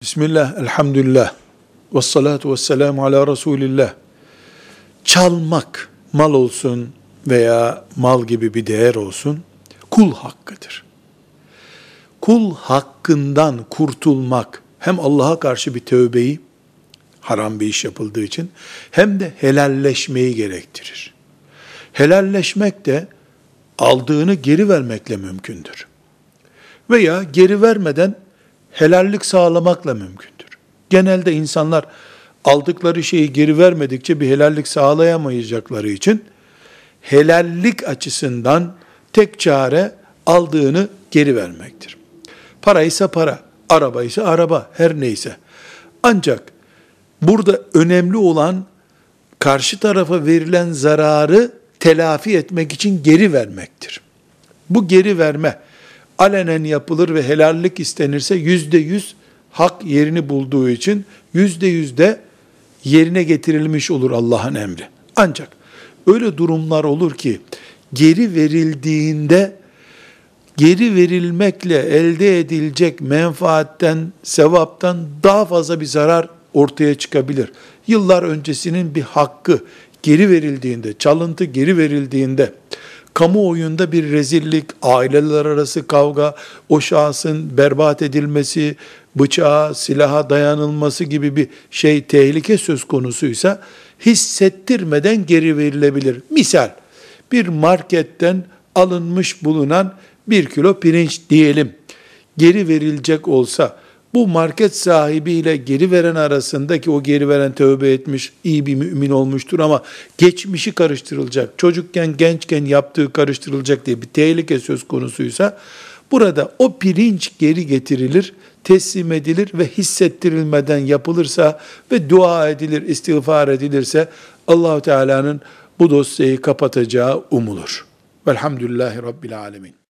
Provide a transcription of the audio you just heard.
Bismillah, elhamdülillah, ve salatu ve selamu ala Resulillah. Çalmak, mal olsun veya mal gibi bir değer olsun, kul hakkıdır. Kul hakkından kurtulmak, hem Allah'a karşı bir tövbeyi, haram bir iş yapıldığı için, hem de helalleşmeyi gerektirir. Helalleşmek de aldığını geri vermekle mümkündür. Veya geri vermeden helallik sağlamakla mümkündür. Genelde insanlar aldıkları şeyi geri vermedikçe bir helallik sağlayamayacakları için helallik açısından tek çare aldığını geri vermektir. Para ise para, araba ise araba, her neyse. Ancak burada önemli olan karşı tarafa verilen zararı telafi etmek için geri vermektir. Bu geri verme alenen yapılır ve helallik istenirse %100 hak yerini bulduğu için %100 de yerine getirilmiş olur Allah'ın emri. Ancak öyle durumlar olur ki geri verildiğinde geri verilmekle elde edilecek menfaatten, sevaptan daha fazla bir zarar ortaya çıkabilir. Yıllar öncesinin bir hakkı geri verildiğinde, çalıntı geri verildiğinde, kamuoyunda bir rezillik, aileler arası kavga, o şahsın berbat edilmesi, bıçağa, silaha dayanılması gibi bir tehlike söz konusuysa, hissettirmeden geri verilebilir. Misal, bir marketten alınmış bulunan 1 kilo pirinç diyelim, geri verilecek olsa, bu market sahibiyle geri veren arasındaki, o geri veren tövbe etmiş, iyi bir mümin olmuştur ama geçmişi karıştırılacak, çocukken, gençken yaptığı karıştırılacak diye bir tehlike söz konusuysa, burada o pirinç geri getirilir, teslim edilir ve hissettirilmeden yapılırsa ve dua edilir, istiğfar edilirse, Allah-u Teala'nın bu dosyayı kapatacağı umulur. Velhamdülillahi Rabbil Alemin.